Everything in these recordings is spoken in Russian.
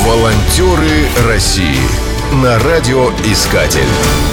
Волонтеры России на радиоискатель.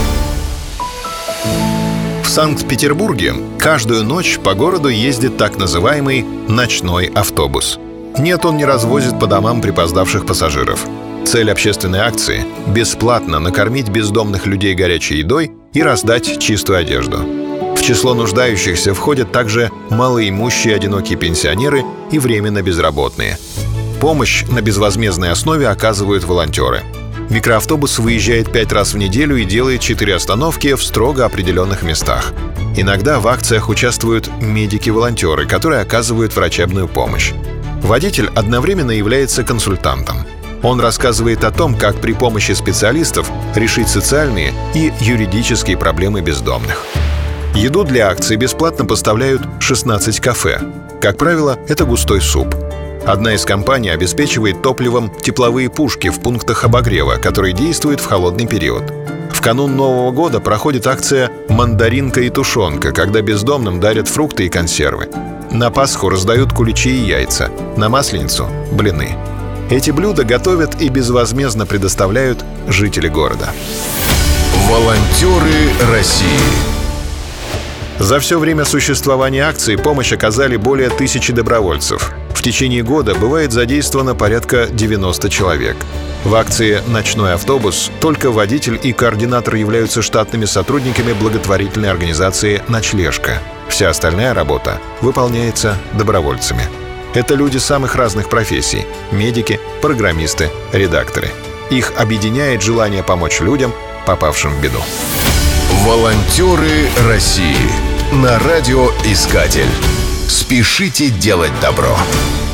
В Санкт-Петербурге каждую ночь по городу ездит так называемый ночной автобус. Нет, он не развозит по домам припоздавших пассажиров. Цель общественной акции – бесплатно накормить бездомных людей горячей едой и раздать чистую одежду. В число нуждающихся входят также малоимущие одинокие пенсионеры и временно безработные. Помощь на безвозмездной основе оказывают волонтеры. Микроавтобус выезжает 5 раз в неделю и делает 4 остановки в строго определенных местах. Иногда в акциях участвуют медики-волонтеры, которые оказывают врачебную помощь. Водитель одновременно является консультантом. Он рассказывает о том, как при помощи специалистов решить социальные и юридические проблемы бездомных. Еду для акции бесплатно поставляют 16 кафе. Как правило, это густой суп. Одна из компаний обеспечивает топливом тепловые пушки в пунктах обогрева, которые действуют в холодный период. В канун Нового года проходит акция «Мандаринка и тушенка», когда бездомным дарят фрукты и консервы. На Пасху раздают куличи и яйца, на Масленицу – блины. Эти блюда готовят и безвозмездно предоставляют жители города. Волонтеры России. За все время существования акции помощь оказали более 1000 добровольцев. В течение года бывает задействовано порядка 90 человек. В акции «Ночной автобус» только водитель и координатор являются штатными сотрудниками благотворительной организации «Ночлежка». Вся остальная работа выполняется добровольцами. Это люди самых разных профессий – медики, программисты, редакторы. Их объединяет желание помочь людям, попавшим в беду. Волонтеры России на радиоискатель. Спешите делать добро.